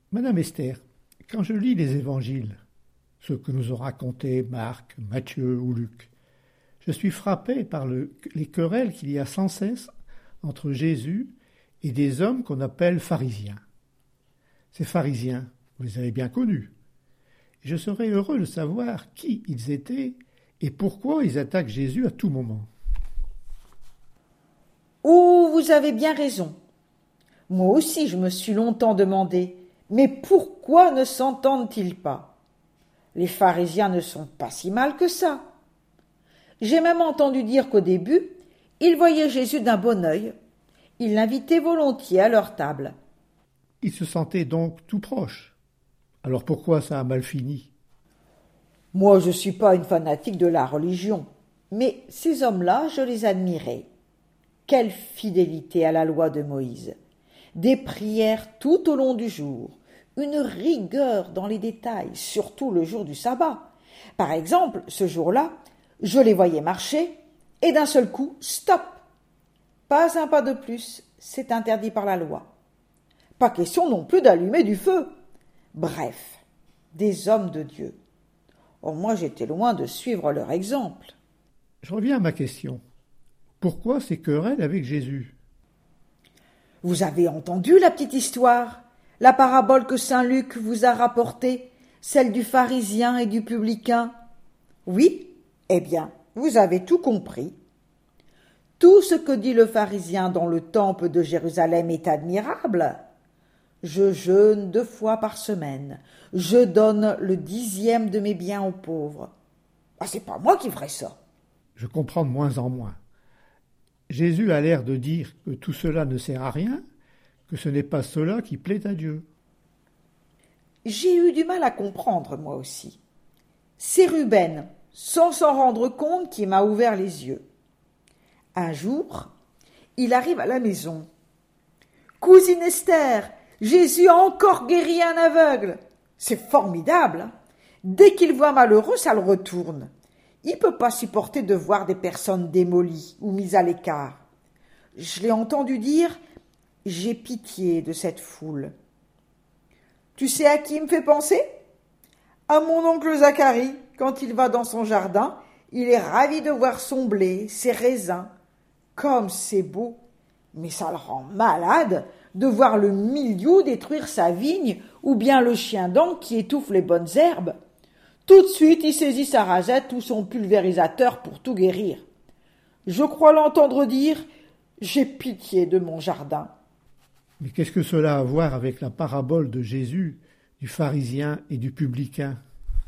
Madame Esther, quand je lis les évangiles, ceux que nous ont racontés Marc, Matthieu ou Luc, je suis frappé par les querelles qu'il y a sans cesse entre Jésus et des hommes qu'on appelle pharisiens. Ces pharisiens, vous les avez bien connus. Je serais heureux de savoir qui ils étaient et pourquoi ils attaquent Jésus à tout moment. Oh, vous avez bien raison. Moi aussi, je me suis longtemps demandé, mais pourquoi ne s'entendent-ils pas? Les pharisiens ne sont pas si mal que ça. J'ai même entendu dire qu'au début, ils voyaient Jésus d'un bon œil. Ils l'invitaient volontiers à leur table. Ils se sentaient donc tout proches. Alors pourquoi ça a mal fini? Moi, je ne suis pas une fanatique de la religion, mais ces hommes-là, je les admirais. Quelle fidélité à la loi de Moïse! Des prières tout au long du jour, une rigueur dans les détails, surtout le jour du sabbat. Par exemple, ce jour-là, je les voyais marcher, et d'un seul coup, stop! Pas un pas de plus, c'est interdit par la loi. Pas question non plus d'allumer du feu. Bref, des hommes de Dieu. Or, moi, j'étais loin de suivre leur exemple. Je reviens à ma question. Pourquoi ces querelles avec Jésus? Vous avez entendu la petite histoire, la parabole que saint Luc vous a rapportée, celle du pharisien et du publicain? Oui? Eh bien, vous avez tout compris. Tout ce que dit le pharisien dans le temple de Jérusalem est admirable. Je jeûne 2 fois par semaine. Je donne le 10e de mes biens aux pauvres. Ah, c'est pas moi qui ferais ça. Je comprends de moins en moins. Jésus a l'air de dire que tout cela ne sert à rien, que ce n'est pas cela qui plaît à Dieu. J'ai eu du mal à comprendre, moi aussi. C'est Ruben, sans s'en rendre compte, qui m'a ouvert les yeux. Un jour, il arrive à la maison. « Cousine Esther, Jésus a encore guéri un aveugle. » C'est formidable, hein. Dès qu'il voit malheureux, ça le retourne. Il ne peut pas supporter de voir des personnes démolies ou mises à l'écart. Je l'ai entendu dire « J'ai pitié de cette foule ». Tu sais à qui il me fait penser? À mon oncle Zacharie, quand il va dans son jardin, il est ravi de voir son blé, ses raisins. Comme c'est beau, mais ça le rend malade de voir le milieu détruire sa vigne ou bien le chien dent qui étouffe les bonnes herbes. Tout de suite, il saisit sa rasette ou son pulvérisateur pour tout guérir. Je crois l'entendre dire « J'ai pitié de mon jardin ». Mais qu'est-ce que cela a à voir avec la parabole de Jésus, du pharisien et du publicain?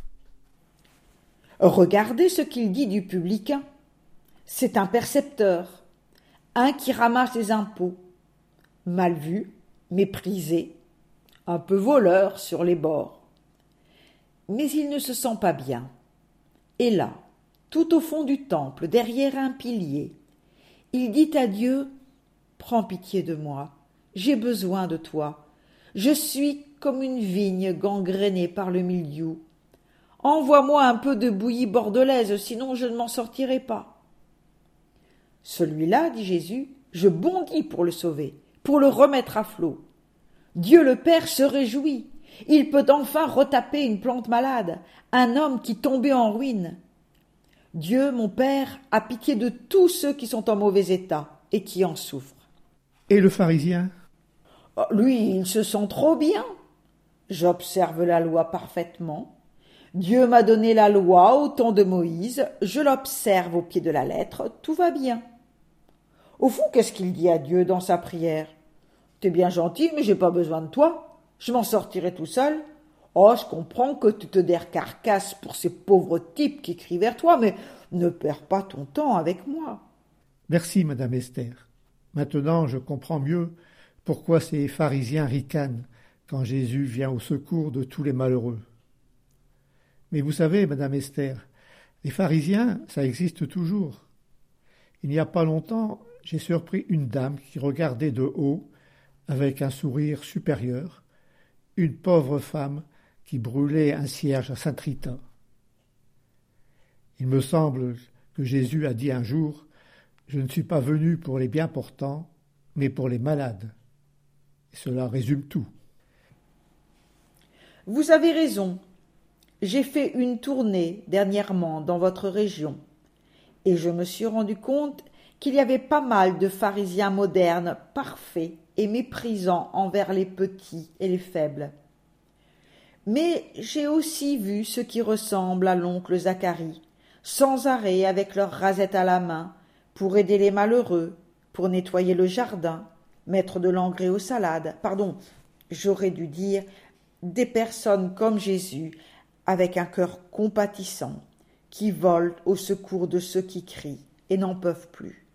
Regardez ce qu'il dit du publicain. C'est un percepteur, un qui ramasse les impôts, mal vu, méprisé, un peu voleur sur les bords. Mais il ne se sent pas bien. Et là, tout au fond du temple, derrière un pilier, il dit à Dieu « Prends pitié de moi, j'ai besoin de toi. Je suis comme une vigne gangrénée par le mildiou. Envoie-moi un peu de bouillie bordelaise, sinon je ne m'en sortirai pas. » Celui-là, dit Jésus, je bondis pour le sauver, pour le remettre à flot. Dieu le Père se réjouit. Il peut enfin retaper une plante malade, un homme qui tombait en ruine. Dieu, mon Père, a pitié de tous ceux qui sont en mauvais état et qui en souffrent. Et le pharisien? Lui, il se sent trop bien. J'observe la loi parfaitement. Dieu m'a donné la loi au temps de Moïse, je l'observe au pied de la lettre, tout va bien. Au fond, qu'est-ce qu'il dit à Dieu dans sa prière? T'es bien gentil, mais j'ai pas besoin de toi. Je m'en sortirai tout seul. Oh, je comprends que tu te décarcasses pour ces pauvres types qui crient vers toi, mais ne perds pas ton temps avec moi. Merci, Madame Esther. Maintenant, je comprends mieux pourquoi ces pharisiens ricanent quand Jésus vient au secours de tous les malheureux. Mais vous savez, Madame Esther, les pharisiens, ça existe toujours. Il n'y a pas longtemps, j'ai surpris une dame qui regardait de haut, avec un sourire supérieur, une pauvre femme qui brûlait un cierge à Saint-Rita. Il me semble que Jésus a dit un jour « Je ne suis pas venu pour les bien portants, mais pour les malades. » Et cela résume tout. Vous avez raison. J'ai fait une tournée dernièrement dans votre région et je me suis rendu compte qu'il y avait pas mal de pharisiens modernes, parfaits et méprisants envers les petits et les faibles. Mais j'ai aussi vu ceux qui ressemblent à l'oncle Zacharie, sans arrêt avec leur rasette à la main, pour aider les malheureux, pour nettoyer le jardin, mettre de l'engrais aux salades. Pardon, j'aurais dû dire des personnes comme Jésus, avec un cœur compatissant, qui volent au secours de ceux qui crient et n'en peuvent plus.